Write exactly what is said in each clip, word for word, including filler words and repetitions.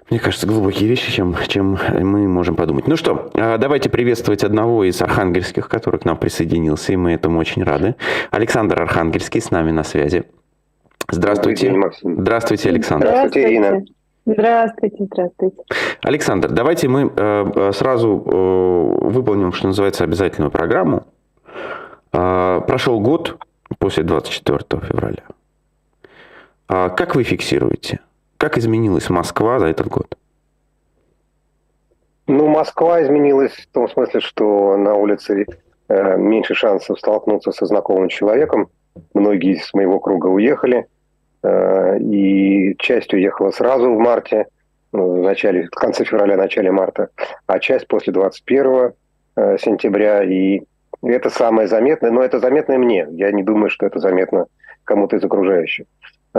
Мне кажется, глубокие вещи, чем, чем мы можем подумать. Ну что, давайте приветствовать одного из архангельских, который к нам присоединился, и мы этому очень рады. Александр Архангельский с нами на связи. Здравствуйте. Добрый день, Максим. Здравствуйте, Александр. Здравствуйте, Ирина. Здравствуйте, здравствуйте. Александр, давайте мы э, сразу э, выполним, что называется, обязательную программу. Э, прошел год после двадцать четвёртого февраля. Э, как вы фиксируете? Как изменилась Москва за этот год? Ну, Москва изменилась в том смысле, что на улице э, меньше шансов столкнуться со знакомым человеком. Многие из моего круга уехали. Э, и часть уехала сразу в марте, ну, в начале, в конце февраля, начале марта, а часть после двадцать первого э, сентября. И это самое заметное, но это заметно мне. Я не думаю, что это заметно кому-то из окружающих.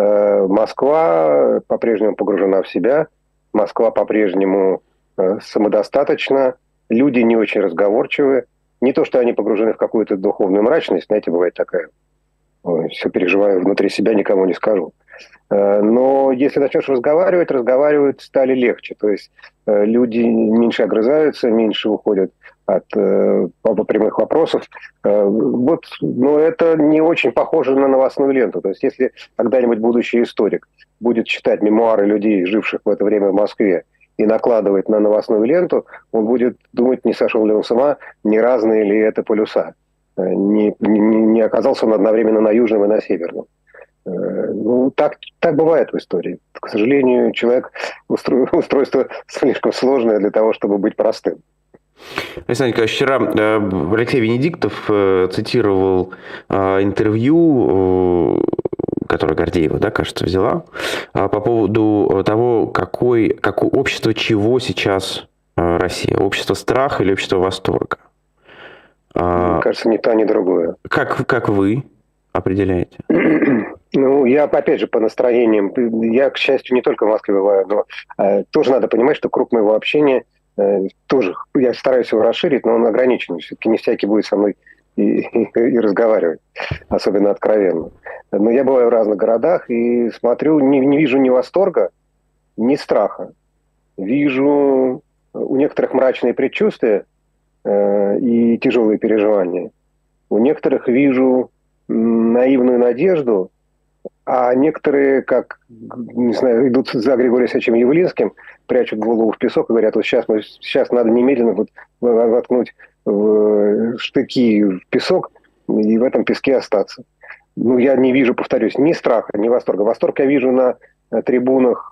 Москва по-прежнему погружена в себя, Москва по-прежнему самодостаточна, люди не очень разговорчивы. Не то, что они погружены в какую-то духовную мрачность, знаете, бывает такая. Ой, все переживаю внутри себя, никому не скажу. Но если начнешь разговаривать, разговаривать стали легче. То есть люди меньше огрызаются, меньше уходят от э, прямых вопросов. Э, вот, но это не очень похоже на новостную ленту. То есть если когда-нибудь будущий историк будет читать мемуары людей, живших в это время в Москве, и накладывать на новостную ленту, он будет думать, не сошел ли он с ума, не разные ли это полюса. Э, не, не, не оказался он одновременно на южном и на северном. Э, ну, так, так бывает в истории. К сожалению, человек устро... устройство слишком сложное для того, чтобы быть простым. Александр Николаевич, вчера Алексей Венедиктов цитировал интервью, которое Гордеева, да, кажется, взяла, по поводу того, какой, какое общество чего сейчас Россия. Общество страха или общество восторга? Мне кажется, ни то, ни другое. Как, как вы определяете? Ну, я, опять же, по настроениям. Я, к счастью, не только в Москве бываю, но э, тоже надо понимать, что круг моего общения тоже, я стараюсь его расширить, но он ограничен. Все-таки не всякий будет со мной и, и, и разговаривать, особенно откровенно. Но я бываю в разных городах и смотрю, не, не вижу ни восторга, ни страха. Вижу у некоторых мрачные предчувствия э, и тяжелые переживания. У некоторых вижу наивную надежду, а некоторые, как, не знаю, идут за Григорием Алексеевичем Явлинским, прячут голову в песок и говорят, вот сейчас, мы, сейчас надо немедленно вот воткнуть в штыки в песок и в этом песке остаться. Ну, я не вижу, повторюсь, ни страха, ни восторга. Восторг я вижу на трибунах,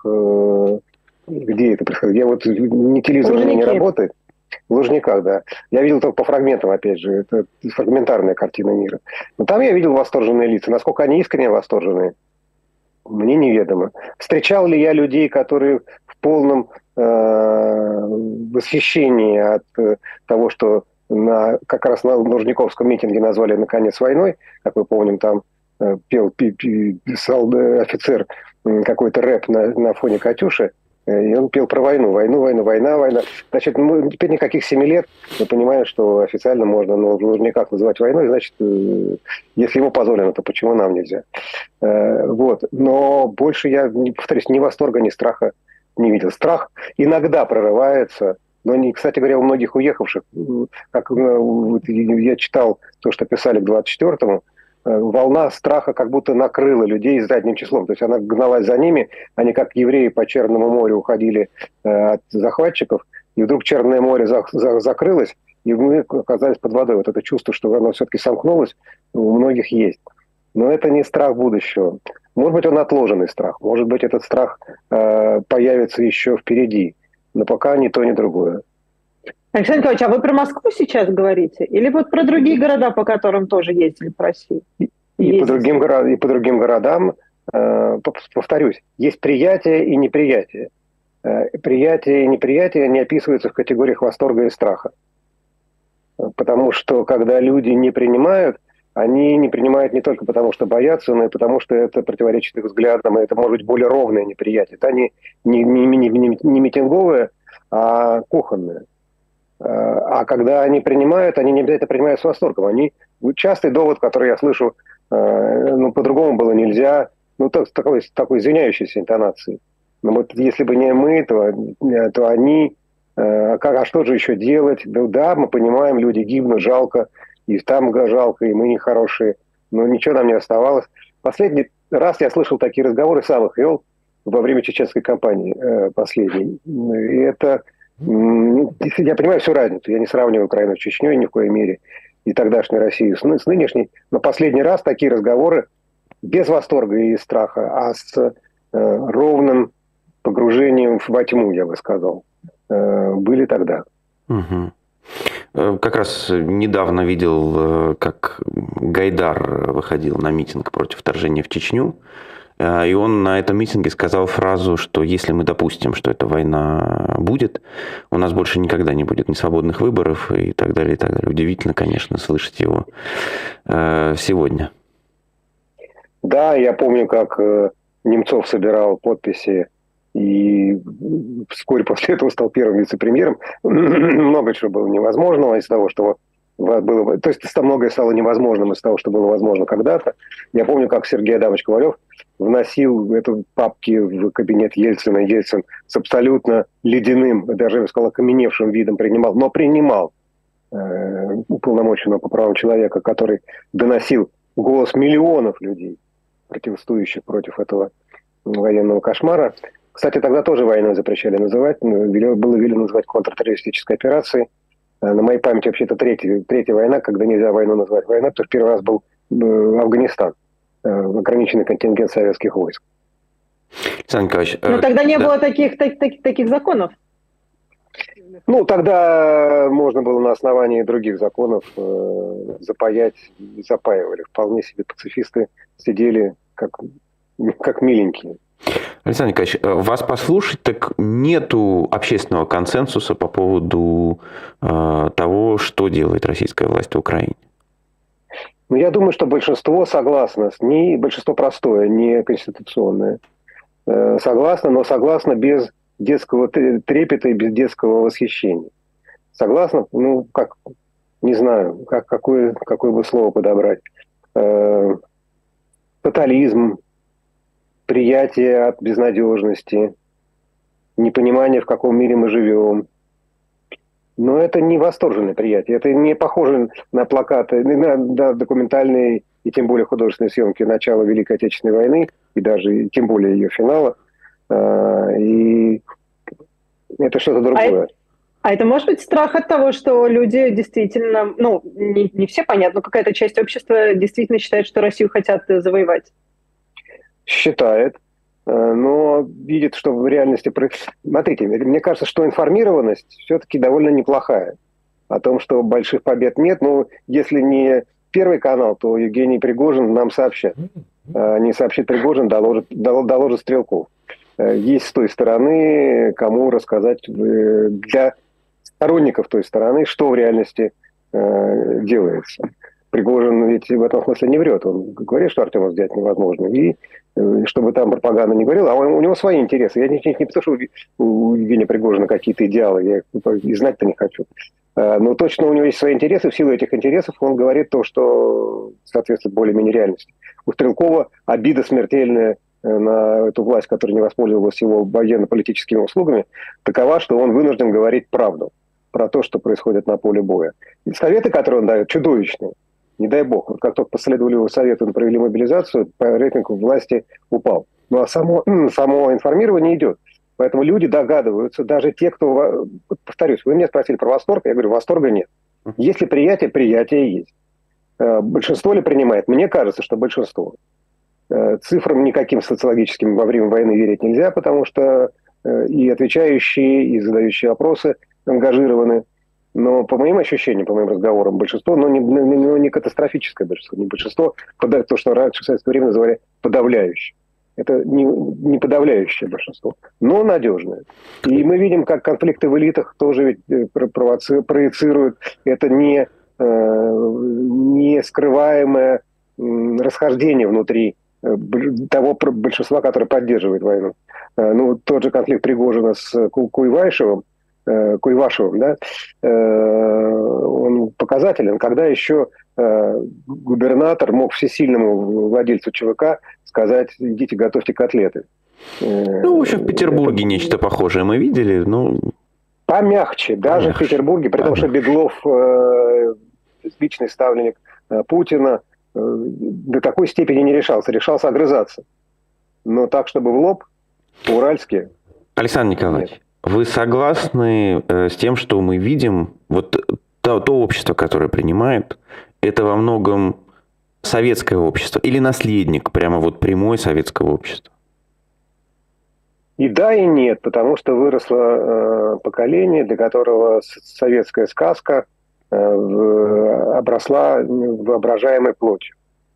где это происходит. Я вот, ни телевизор у меня не работает. В Лужниках, да. Я видел только по фрагментам, опять же. Это фрагментарная картина мира. Но там я видел восторженные лица. Насколько они искренне восторженные, мне неведомо. Встречал ли я людей, которые в полном э, восхищении от э, того, что на, как раз на Лужниковском митинге назвали «Наконец войной», как мы помним, там э, пел пи, пи, писал, э, офицер э, какой-то рэп на, на фоне «Катюши», и он пел про войну, войну, войну, война, война. Значит, ну, теперь никаких семи лет, мы понимаем, что официально можно на Лужниках называть войной, значит, если ему позволено, то почему нам нельзя? Вот. Но больше я, повторюсь, ни восторга, ни страха не видел. Страх иногда прорывается, но, не, кстати говоря, у многих уехавших, как я читал то, что писали к двадцать четвёртому, волна страха как будто накрыла людей задним числом. То есть она гналась за ними, они как евреи по Черному морю уходили э, от захватчиков, и вдруг Черное море за, за, закрылось, и мы оказались под водой. Вот это чувство, что оно все-таки сомкнулось, у многих есть. Но это не страх будущего. Может быть, он отложенный страх. Может быть, этот страх э, появится еще впереди. Но пока ни то, ни другое. Александр Николаевич, а вы про Москву сейчас говорите? Или вот про другие города, по которым тоже ездили по России? И по, другим, и по другим городам, э, повторюсь, есть приятие и неприятие. Э, приятие и неприятие не описываются в категориях восторга и страха. Потому что, когда люди не принимают, они не принимают не только потому, что боятся, но и потому, что это противоречит их взглядам, и это может быть более ровное неприятие. Это не, не, не, не, не митинговое, а кухонное. А когда они принимают, они не обязательно принимают с восторгом. Они, частый довод, который я слышу, ну, по-другому было нельзя, ну, так, такой, такой извиняющейся интонацией. Но вот если бы не мы, то, то они... А, как, а что же еще делать? Ну да, мы понимаем, люди гибнут, жалко, и там жалко, и мы нехорошие, но ничего нам не оставалось. Последний раз я слышал такие разговоры, сам их вел во время чеченской кампании э, последней. И это, э, я понимаю всю разницу, я не сравниваю Украину с Чечней ни в коей мере, и тогдашнюю Россию с, с нынешней, но последний раз такие разговоры без восторга и страха, а с э, ровным погружением во тьму, я бы сказал, были тогда. Угу. Как раз недавно видел, как Гайдар выходил на митинг против вторжения в Чечню, и он на этом митинге сказал фразу, что если мы допустим, что эта война будет, у нас больше никогда не будет ни свободных выборов и так далее, и так далее. Удивительно, конечно, слышать его сегодня. Да, я помню, как Немцов собирал подписи и вскоре после этого стал первым вице-премьером. Много чего было невозможного из того, что было... То есть многое стало невозможным из того, что было возможно когда-то. Я помню, как Сергей Адамович Ковалев вносил эту папки в кабинет Ельцина. Ельцин с абсолютно ледяным, даже, я бы сказал, окаменевшим видом принимал, но принимал э, уполномоченного по правам человека, который доносил голос миллионов людей, протестующих против этого военного кошмара. Кстати, тогда тоже войну запрещали называть, было велено называть контртеррористической операцией. На моей памяти вообще это третья, третья война, когда нельзя войну назвать войной, потому что первый раз был Афганистан, ограниченный контингент советских войск. Александр Николаевич, Но тогда не да. было таких, так, так, таких законов. Ну, тогда можно было на основании других законов э, запаять, запаивали. Вполне себе пацифисты сидели как, как миленькие. Александр Николаевич, вас послушать, так нету общественного консенсуса по поводу э, того, что делает российская власть в Украине. Ну, я думаю, что большинство согласно, не большинство простое, не конституционное, э, согласно, но согласно без детского трепета и без детского восхищения. Согласно, ну, как, не знаю, как, какое, какое бы слово подобрать. Э, тотализм, приятие от безнадежности, непонимание, в каком мире мы живем. Но это не восторженное приятие. Это не похоже на плакаты, на, на документальные и тем более художественные съемки начала Великой Отечественной войны, и даже тем более ее финала. И это что-то другое. А, а это может быть страх от того, что люди действительно, ну, не, не все понятно, но какая-то часть общества действительно считает, что Россию хотят завоевать? Считает, но видит, что в реальности... Смотрите, мне кажется, что информированность все-таки довольно неплохая о том, что больших побед нет. Ну, если не Первый канал, то Евгений Пригожин нам сообщит. Не сообщит Пригожин, доложит, доложит Стрелков. Есть с той стороны, кому рассказать для сторонников той стороны, что в реальности делается. Пригожин ведь в этом смысле не врет. Он говорит, что Артема взять невозможно. И чтобы там пропаганда не говорила, а у него свои интересы. Я не, не, не потому, что у Евгения Пригожина какие-то идеалы, я их и знать-то не хочу. Но точно у него есть свои интересы. В силу этих интересов он говорит то, что соответствует более-менее реальности. У Стрелкова обида смертельная на эту власть, которая не воспользовалась его военно-политическими услугами, такова, что он вынужден говорить правду про то, что происходит на поле боя. И советы, которые он дает, чудовищные. Не дай бог. Вот как только последовали его совету и провели мобилизацию, по рейтингу власти упал. Ну а само, само информирование идет. Поэтому люди догадываются, даже те, кто... Повторюсь, вы меня спросили про восторг, я говорю, восторга нет. Если приятие, приятие есть. Большинство ли принимает? Мне кажется, что большинство. Цифрам никаким социологическим во время войны верить нельзя, потому что и отвечающие, и задающие вопросы ангажированы. Но по моим ощущениям, по моим разговорам, большинство, но не, не, не катастрофическое большинство, не большинство, то, что раньше в советское время называли подавляющее. Это не, не подавляющее большинство, но надежное. И мы видим, как конфликты в элитах тоже ведь провоци, проецируют это не, не скрываемое расхождение внутри того большинства, которое поддерживает войну. Ну, тот же конфликт Пригожина с Куйвашевым, Куйвашевым, да, он показателен, когда еще губернатор мог всесильному владельцу ЧВК сказать: идите, готовьте котлеты. Ну, в общем, в Петербурге это... нечто похожее мы видели, но... Помягче, даже Помягче. в Петербурге, при том, что Беглов, э, личный ставленник э, Путина, э, до такой степени не решался, решался огрызаться. Но так, чтобы в лоб, по-уральски... Александр Николаевич, нет. Вы согласны э, с тем, что мы видим, вот то, то общество, которое принимает, это во многом советское общество или наследник, прямо вот прямой советского общества? И да, и нет, потому что выросло э, поколение, для которого советская сказка э, в, обросла воображаемой плотью.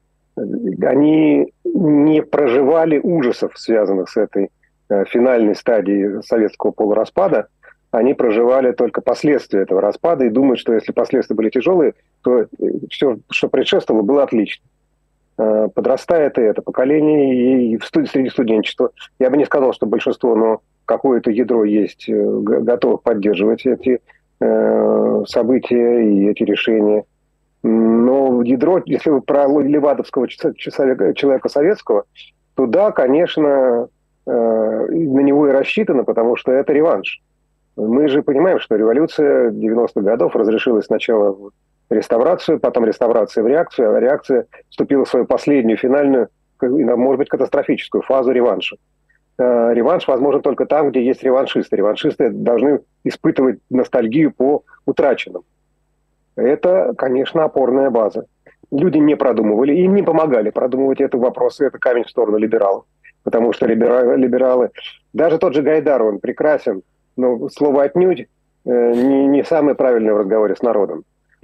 Они не проживали ужасов, связанных с этой э, финальной стадией советского полураспада, они проживали только последствия этого распада и думают, что если последствия были тяжелые, то все, что предшествовало, было отлично. Подрастает и это поколение, и в студ... среди студенчества. Я бы не сказал, что большинство, но какое-то ядро есть, готово поддерживать эти э, события и эти решения. Но ядро, если вы про левадовского человека советского, то да, конечно, э, на него и рассчитано, потому что это реванш. Мы же понимаем, что революция девяностых годов разрешилась сначала в реставрацию, потом реставрация в реакцию, а реакция вступила в свою последнюю, финальную, может быть, катастрофическую фазу реванша. Реванш возможен только там, где есть реваншисты. Реваншисты должны испытывать ностальгию по утраченным. Это, конечно, опорная база. Люди не продумывали, им не помогали продумывать этот вопрос, это камень в сторону либералов. Потому что либералы, либералы даже тот же Гайдар, он прекрасен, но слово «отнюдь» не, не самое правильное в разговоре с народом.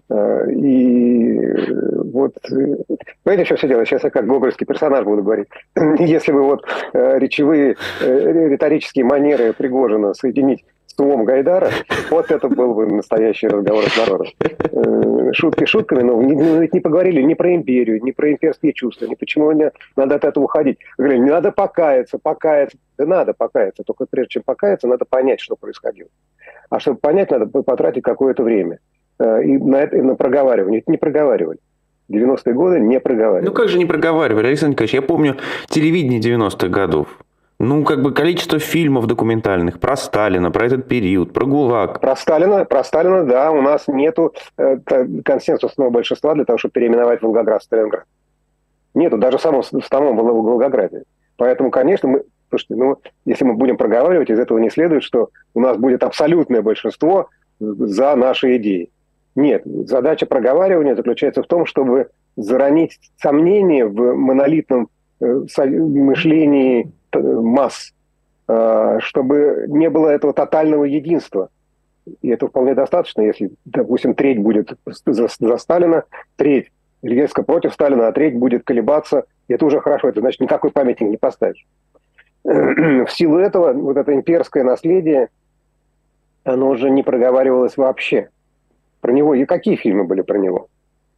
И вот, знаете, что все делать? Сейчас я как гогольский персонаж буду говорить. Если бы вот речевые, риторические манеры Пригожина соединить с умом Гайдара, вот это был бы настоящий разговор с народом. Шутки шутками, но ведь не поговорили ни про империю, ни про имперские чувства, ни почему надо от этого уходить. Говорили, не надо покаяться, покаяться. Да надо покаяться, только прежде чем покаяться, надо понять, что происходило. А чтобы понять, надо потратить какое-то время. И на это, и на проговаривание. Это не проговаривали. девяностые годы не проговаривали. Ну как же не проговаривали, Александр Николаевич? Я помню телевидение девяностых годов. Ну, как бы количество фильмов документальных про Сталина, про этот период, про ГУЛАГ. Про Сталина, про Сталина, да, у нас нету э, консенсусного большинства для того, чтобы переименовать Волгоград в Сталинград. Нету, даже в самом, в самом Волгограде. Поэтому, конечно, мы, слушайте, ну, если мы будем проговаривать, из этого не следует, что у нас будет абсолютное большинство за наши идеи. Нет, задача проговаривания заключается в том, чтобы заронить сомнения в монолитном э, мышлении масс, э, чтобы не было этого тотального единства. И это вполне достаточно, если, допустим, треть будет за, за Сталина, треть резко против Сталина, а треть будет колебаться. И это уже хорошо, это значит, никакой памятник не поставишь. В силу этого вот это имперское наследие, оно уже не проговаривалось вообще. Про него. И какие фильмы были про него?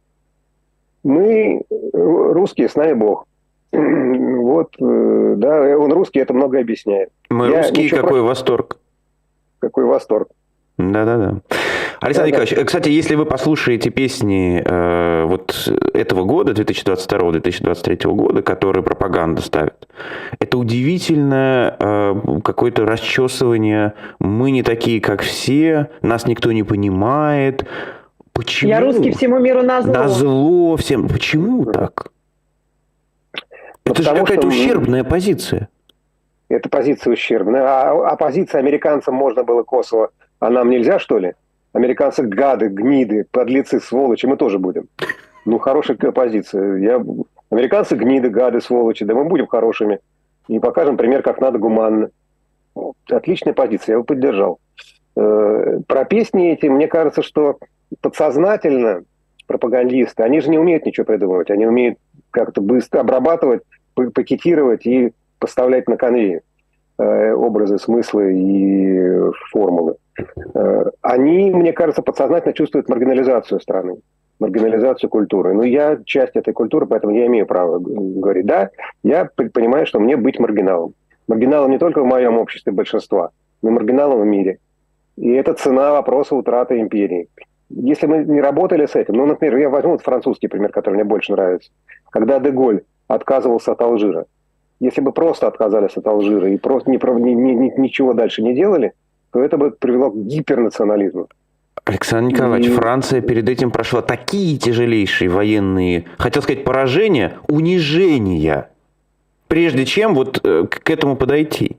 Мы русские, с нами Бог. Вот, да, он русский, это многое объясняет. Мы Я русские, какой про... восторг. Какой восторг. Да-да-да. Александр да, Николаевич, да. кстати, если вы послушаете песни э, вот этого года, две тысячи двадцать второго - две тысячи двадцать третьего года, которые пропаганда ставит, это удивительно э, какое-то расчесывание. Мы не такие, как все, нас никто не понимает. Почему? Я русский, всему миру назло. Назло всем. Почему так? Ну, это же какая-то что... ущербная позиция. Это позиция ущербная. А, а позиция американцам можно было косово, а нам нельзя, что ли? Американцы гады, гниды, подлецы, сволочи, мы тоже будем. Ну, хорошая позиция. Я... Американцы гниды, гады, сволочи, да мы будем хорошими. И покажем пример, как надо гуманно. Отличная позиция, я его поддержал. Про песни эти, мне кажется, что подсознательно пропагандисты, они же не умеют ничего придумывать, они умеют как-то быстро обрабатывать, пакетировать и поставлять на конвейер образы, смыслы и формулы. Они, мне кажется, подсознательно чувствуют маргинализацию страны, маргинализацию культуры. Но я часть этой культуры, поэтому я имею право говорить. Да, я понимаю, что мне быть маргиналом. Маргиналом не только в моем обществе большинства, но и маргиналом в мире. И это цена вопроса утраты империи. Если мы не работали с этим, ну, например, я возьму вот французский пример, который мне больше нравится. Когда де Голь отказывался от Алжира, если бы просто отказались от Алжира и просто ни, ни, ни, ничего дальше не делали, то это бы привело к гипернационализму. Александр Николаевич, И... Франция перед этим прошла такие тяжелейшие военные, хотел сказать, поражения, унижения, прежде чем вот к этому подойти.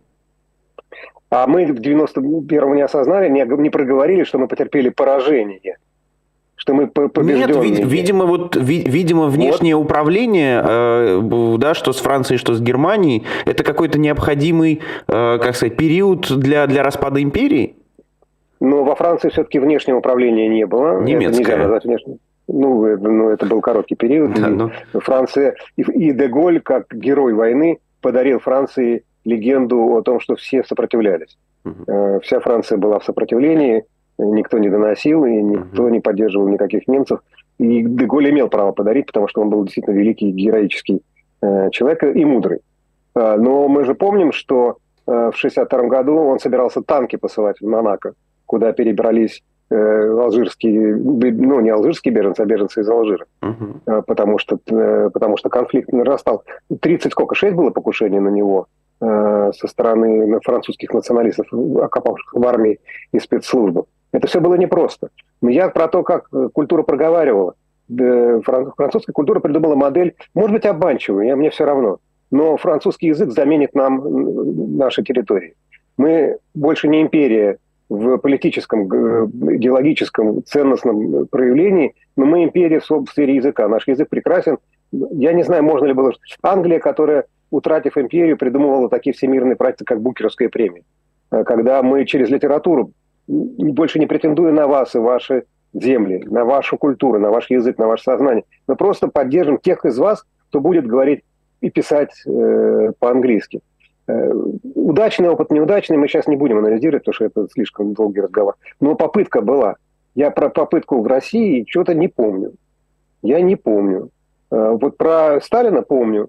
А мы в девяносто первом не осознали, не, не проговорили, что мы потерпели поражение. Что мы побежденные. Нет, видимо, вот, видимо, внешнее вот. управление, э, да, что с Францией, что с Германией, это какой-то необходимый, э, как сказать, период для, для распада империи? Но во Франции все-таки внешнего управления не было. Немецкое. Это нельзя назвать внешним. Ну, это, ну, это был короткий период. Да, ну... Франция, и, и Де-Голь, как герой войны, подарил Франции легенду о том, что все сопротивлялись. Угу. Вся Франция была в сопротивлении, никто не доносил, и никто угу. не поддерживал никаких немцев. И Де-Голь имел право подарить, потому что он был действительно великий, героический человек и мудрый. Но мы же помним, что в шестьдесят втором году он собирался танки посылать в Монако, куда перебрались э, алжирские, ну, не алжирские беженцы, а беженцы из Алжира. Uh-huh. Потому что, э, потому что конфликт нарастал. тридцать сколько, шесть было покушений на него э, со стороны французских националистов, окопавших в армии и спецслужбах. Это все было непросто. Но я про то, как культура проговаривала. Французская культура придумала модель, может быть, обманчивую, мне все равно. Но французский язык заменит нам наши территории. Мы больше не империя в политическом, идеологическом, ценностном проявлении, но мы империя в сфере языка. Наш язык прекрасен. Я не знаю, можно ли было... Англия, которая, утратив империю, придумывала такие всемирные проекты, как Букеровская премия. Когда мы через литературу, больше не претендуя на вас и ваши земли, на вашу культуру, на ваш язык, на ваше сознание, мы просто поддержим тех из вас, кто будет говорить и писать э, по-английски. Удачный опыт, неудачный, мы сейчас не будем анализировать, потому что это слишком долгий разговор. Но попытка была. Я про попытку в России что-то не помню. Я не помню. Вот про Сталина помню.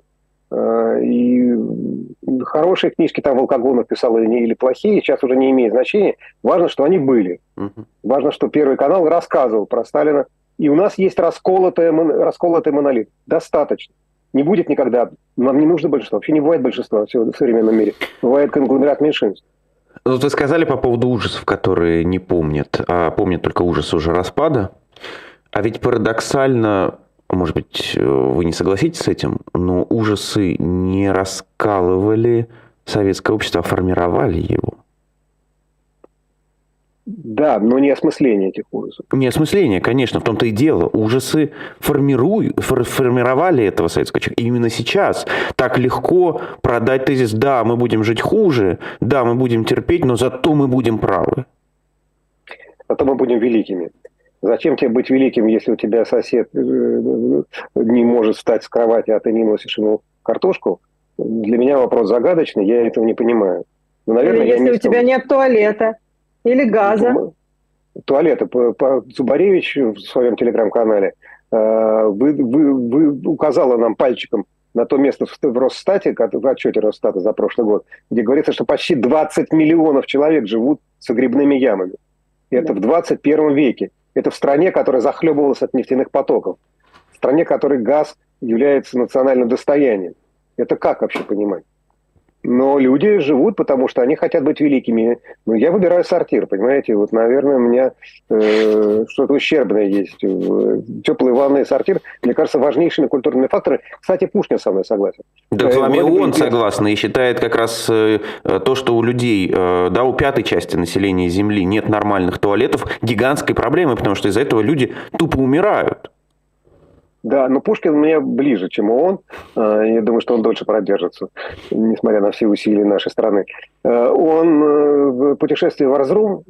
И хорошие книжки там Волкогонов писал или плохие, сейчас уже не имеет значения. Важно, что они были. Uh-huh. Важно, что Первый канал рассказывал про Сталина. И у нас есть расколотый, расколотый монолит. Достаточно. Не будет никогда. Нам не нужно большинство. Вообще не бывает большинства в современном мире. Бывает конгломерат меньшинств. Вот вы сказали по поводу ужасов, которые не помнят, а помнят только ужасы уже распада. А ведь парадоксально, может быть, вы не согласитесь с этим, но ужасы не раскалывали советское общество, а формировали его. Да, но не осмысление этих ужасов. Не осмысление, конечно, в том-то и дело. Ужасы формируют, формировали этого советского человека. И именно сейчас так легко продать тезис: да, мы будем жить хуже, да, мы будем терпеть, но зато мы будем правы. Зато мы будем великими. Зачем тебе быть великим, если у тебя сосед не может встать с кровати, а ты не носишь ему картошку? Для меня вопрос загадочный, я этого не понимаю. Но, наверное, Или если не у тебя нет туалета. Или газа. Туалеты. Зубаревич в своем телеграм-канале вы, вы, вы указала нам пальчиком на то место в Росстате, в отчете Росстата за прошлый год, где говорится, что почти двадцать миллионов человек живут с грибными ямами. И это да. в двадцать первом веке. Это в стране, которая захлебывалась от нефтяных потоков. В стране, в которой газ является национальным достоянием. Это как вообще понимать? Но люди живут, потому что они хотят быть великими. Но я выбираю сортир, понимаете? Вот, наверное, у меня э, что-то ущербное есть. Теплые ванны и сортир, мне кажется, важнейшими культурными факторами. Кстати, Пушкин со мной согласен. Да, с вами он согласен и считает как раз э, то, что у людей, э, да, у пятой части населения Земли нет нормальных туалетов, гигантской проблемой, потому что из-за этого люди тупо умирают. Да, но Пушкин мне ближе, чем он. Я думаю, что он дольше продержится, несмотря на все усилия нашей страны. Он в «Путешествии в Арзрум»,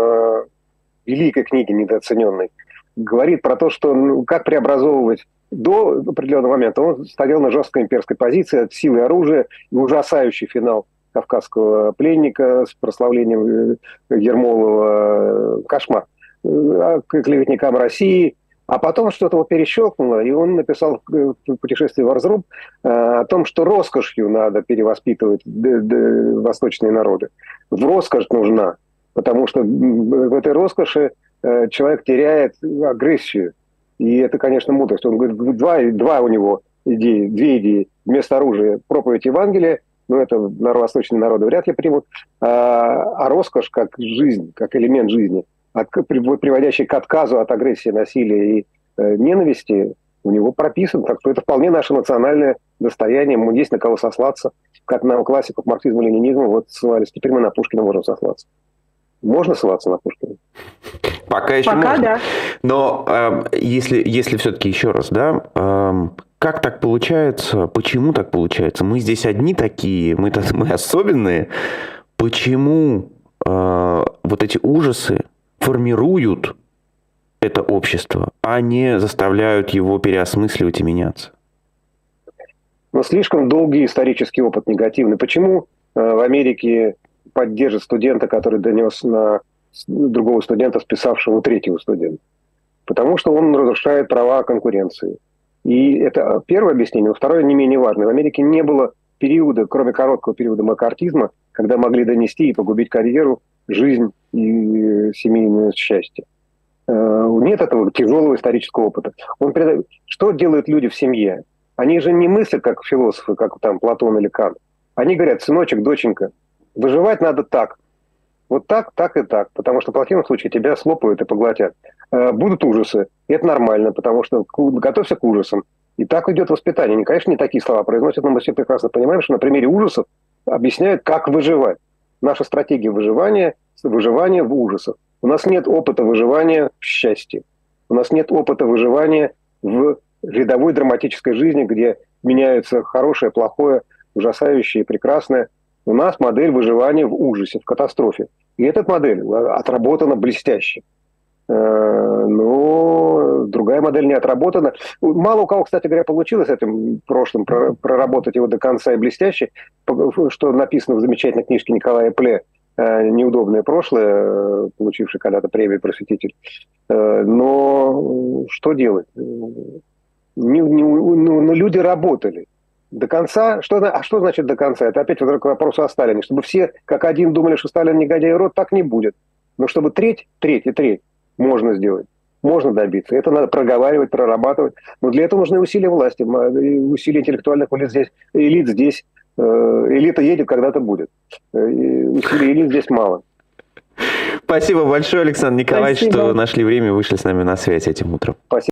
великой книге недооцененной, говорит про то, что как преобразовывать до определенного момента. Он стоял на жесткой имперской позиции, силы оружия, и ужасающий финал «Кавказского пленника» с прославлением Ермолова, кошмар, клеветникам России. А потом что-то его перещелкнуло, и он написал в «Путешествии в Арзрум» о том, что роскошью надо перевоспитывать восточные народы. В роскошь нужна, потому что в этой роскоши человек теряет агрессию. И это, конечно, мудрость. Он говорит, два, два у него идеи, две идеи. Вместо оружия проповедь Евангелия, ну, это восточные народы вряд ли примут, а, а роскошь как жизнь, как элемент жизни, от, приводящий к отказу от агрессии, насилия и э, ненависти, у него прописан. Так что это вполне наше национальное достояние. Ему есть на кого сослаться. Как на классиков марксизма и ленинизма вот ссылались. Теперь мы на Пушкина можем сослаться. Можно ссылаться на Пушкина? Пока еще Пока, можно. да. Но э, если, если все-таки еще раз, да, э, как так получается, почему так получается? Мы здесь одни такие, мы, мы особенные. Почему э, вот эти ужасы формируют это общество, а не заставляют его переосмысливать и меняться? Но слишком долгий исторический опыт негативный. Почему э, в Америке поддержит студента, который донес на другого студента, списавшего третьего студента? Потому что он разрушает права конкуренции. И это первое объяснение. Но второе не менее важное. В Америке не было периода, кроме короткого периода маккартизма, когда могли донести и погубить карьеру, жизнь и семейное счастье. Нет этого тяжелого исторического опыта. Он передает... Что делают люди в семье? Они же не мыслят как философы, как там Платон или Кант. Они говорят: сыночек, доченька, выживать надо так. Вот так, так и так. Потому что в противном случае тебя слопают и поглотят. Будут ужасы. И это нормально, потому что готовься к ужасам. И так идет воспитание. Они, конечно, не такие слова произносят, но мы все прекрасно понимаем, что на примере ужасов объясняют, как выживать. Наша стратегия выживания – выживание в ужасах. У нас нет опыта выживания в счастье. У нас нет опыта выживания в рядовой драматической жизни, где меняются хорошее, плохое, ужасающее и прекрасное. У нас модель выживания в ужасе, в катастрофе. И эта модель отработана блестяще. Но другая модель не отработана. Мало у кого, кстати говоря, получилось этим прошлым проработать его до конца и блестяще, что написано в замечательной книжке Николая Пле «Неудобное прошлое», получивший когда-то премию «Просветитель». Но что делать? Не, не, ну, люди работали. До конца, что, а что значит до конца? Это опять к вопросу о Сталине. Чтобы все как один думали, что Сталин негодяй и урод, так не будет. Но чтобы треть, треть и треть можно сделать, можно добиться. Это надо проговаривать, прорабатывать. Но для этого нужны усилия власти, усилия интеллектуальных элит здесь. Элит здесь. Элита едет, когда-то будет. Усилий элит здесь мало. Спасибо большое, Александр Николаевич, Спасибо. что нашли время и вышли с нами на связь этим утром. Спасибо.